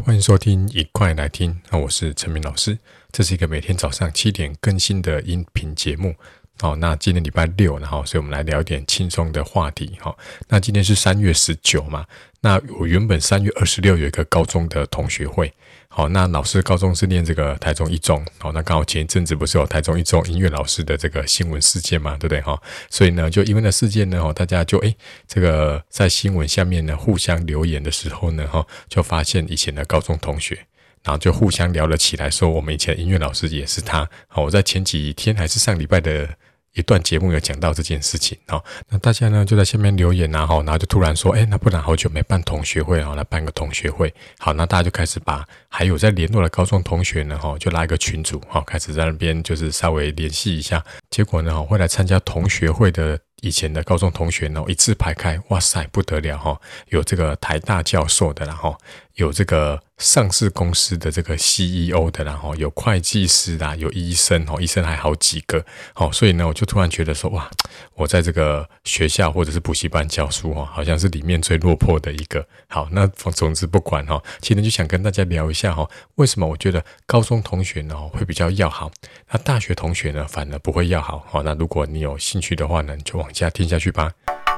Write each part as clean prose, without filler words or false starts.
欢迎收听一块来听，我是陈明老师。这是一个每天早上7点更新的音频节目。那今天礼拜六，所以我们来聊一点轻松的话题。那今天是3月19嘛，那我原本3月26有一个高中的同学会。那老师高中是念这个台中一中，那刚好前一阵子不是有台中一中音乐老师的这个新闻事件嘛，对不对？所以呢，就因为那事件呢，大家就这个在新闻下面呢互相留言的时候呢，就发现以前的高中同学，然后就互相聊了起来，说我们以前的音乐老师也是他。我在前几天还是上礼拜的一段节目有讲到这件事情。那大家呢就在下面留言然后就突然说那不然好久没办同学会，来办个同学会。好，那大家就开始把还有在联络的高中同学呢就拉一个群组，开始在那边就是稍微联系一下。结果呢会来参加同学会的以前的高中同学呢一字排开，哇塞不得了，有这个台大教授的，然后有这个上市公司的这个 CEO 的，然后有会计师啦，有医生，医生还好几个。所以呢我就突然觉得说，哇，我在这个学校或者是补习班教书好像是里面最落魄的一个。好，那总之不管今天就想跟大家聊一下为什么我觉得高中同学呢会比较要好，那大学同学呢反而不会要好。那如果你有兴趣的话呢，你就往下听下去吧。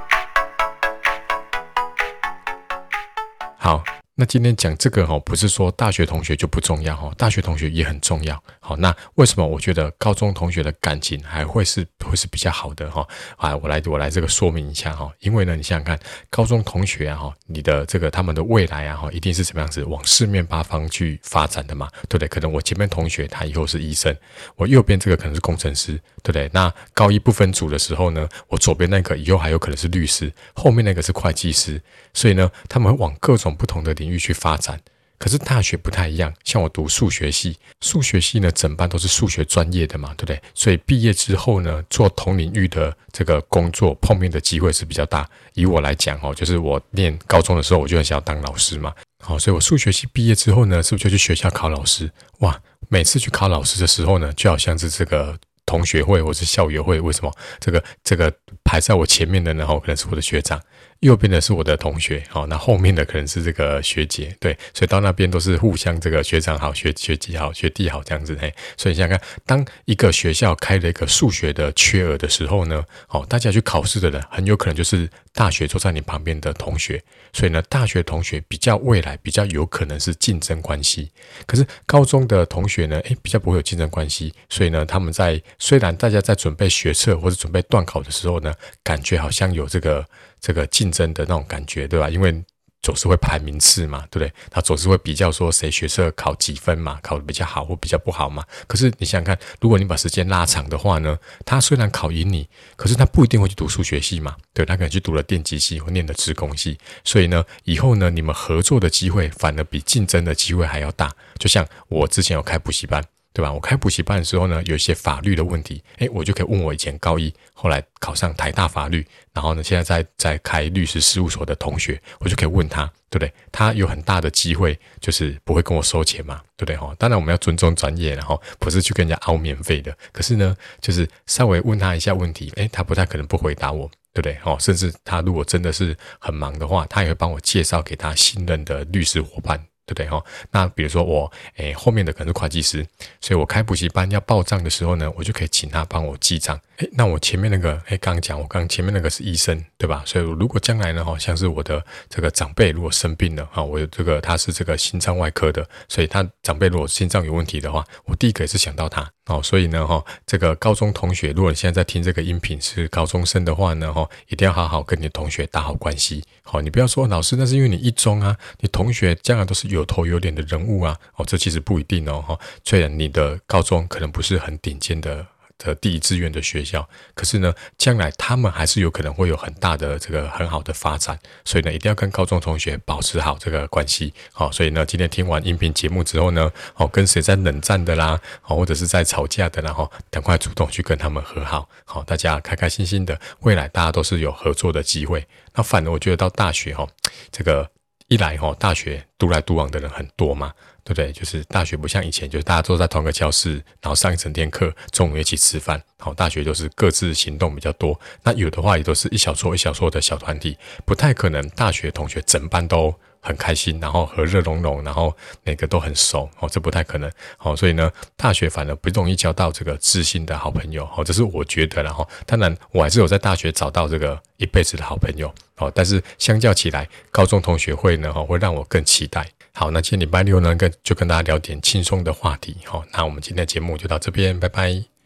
好，那今天讲这个不是说大学同学就不重要，大学同学也很重要。好，那为什么我觉得高中同学的感情还会是比较好的我来这个说明一下因为呢你想想看，高中同学你的这个他们的未来一定是怎么样子往四面八方去发展的嘛，对不对？可能我前面同学他以后是医生，我右边这个可能是工程师，对不对？那高一不分组的时候呢，我左边那个以后还有可能是律师，后面那个是会计师，所以呢他们会往各种不同的领域去发展。可是大学不太一样，像我读数学系呢整班都是数学专业的嘛，对不对？所以毕业之后呢，做同领域的这个工作碰面的机会是比较大。以我来讲就是我念高中的时候我就很想要当老师嘛，所以我数学系毕业之后呢，是不是就去学校考老师？哇，每次去考老师的时候呢，就好像是这个同学会或是校友会。为什么这个排在我前面的呢可能是我的学长，右边的是我的同学，那后面的可能是这个学姐，对，所以到那边都是互相这个学长好，学姐好，学弟好这样子。所以想想看，当一个学校开了一个数学的缺额的时候呢，大家去考试的人很有可能就是大学坐在你旁边的同学，所以呢大学同学未来比较有可能是竞争关系。可是高中的同学呢比较不会有竞争关系，所以呢他们虽然大家在准备学测或者准备段考的时候呢，感觉好像有这个竞争的那种感觉，对吧？因为总是会排名次嘛，对不对？他总是会比较说谁学测考几分嘛，考得比较好或比较不好嘛。可是你想想看，如果你把时间拉长的话呢，他虽然考赢你，可是他不一定会去读数学系嘛，对，他可能去读了电机系或念了资工系，所以呢以后呢你们合作的机会反而比竞争的机会还要大。就像我之前有开补习班，对吧？我开补习班的时候呢，有一些法律的问题，我就可以问我以前高一后来考上台大法律，然后呢现在在开律师事务所的同学，我就可以问他，对不对？他有很大的机会就是不会跟我收钱嘛，对不对？当然我们要尊重专业，然后不是去跟人家凹免费的。可是呢就是稍微问他一下问题，他不太可能不回答我，对不对？甚至他如果真的是很忙的话，他也会帮我介绍给他信任的律师伙伴，对不对？那比如说我后面的可能是会计师，所以我开补习班要报账的时候呢，我就可以请他帮我记账。那我前面那个刚前面那个是医生，对吧？所以如果将来呢像是我的这个长辈如果生病了我有他是这个心脏外科的，所以他长辈如果心脏有问题的话，我第一个也是想到他。所以呢这个高中同学，如果你现在在听这个音频是高中生的话呢一定要好好跟你的同学打好关系。你不要说老师那是因为你一中啊，你同学将来都是有头有脸的人物啊，这其实不一定虽然你的高中可能不是很顶尖的第一志愿的学校，可是呢将来他们还是有可能会有很大的这个很好的发展。所以呢一定要跟高中同学保持好这个关系。所以呢今天听完音频节目之后呢跟谁在冷战的啦或者是在吵架的啦赶快主动去跟他们和好，大家开开心心的，未来大家都是有合作的机会。那反而我觉得到大学这个一来大学独来独往的人很多嘛，对不对？就是大学不像以前，就是大家都在同一个教室，然后上一整天课，中午一起吃饭。大学就是各自行动比较多，那有的话也都是一小撮一小撮的小团体，不太可能大学同学整班都很开心，然后和乐融融，然后每个都很熟这不太可能所以呢，大学反而不容易交到这个知心的好朋友这是我觉得啦当然我还是有在大学找到这个一辈子的好朋友但是相较起来，高中同学会呢会让我更期待。好，那今天礼拜六呢就跟大家聊点轻松的话题那我们今天的节目就到这边，拜拜。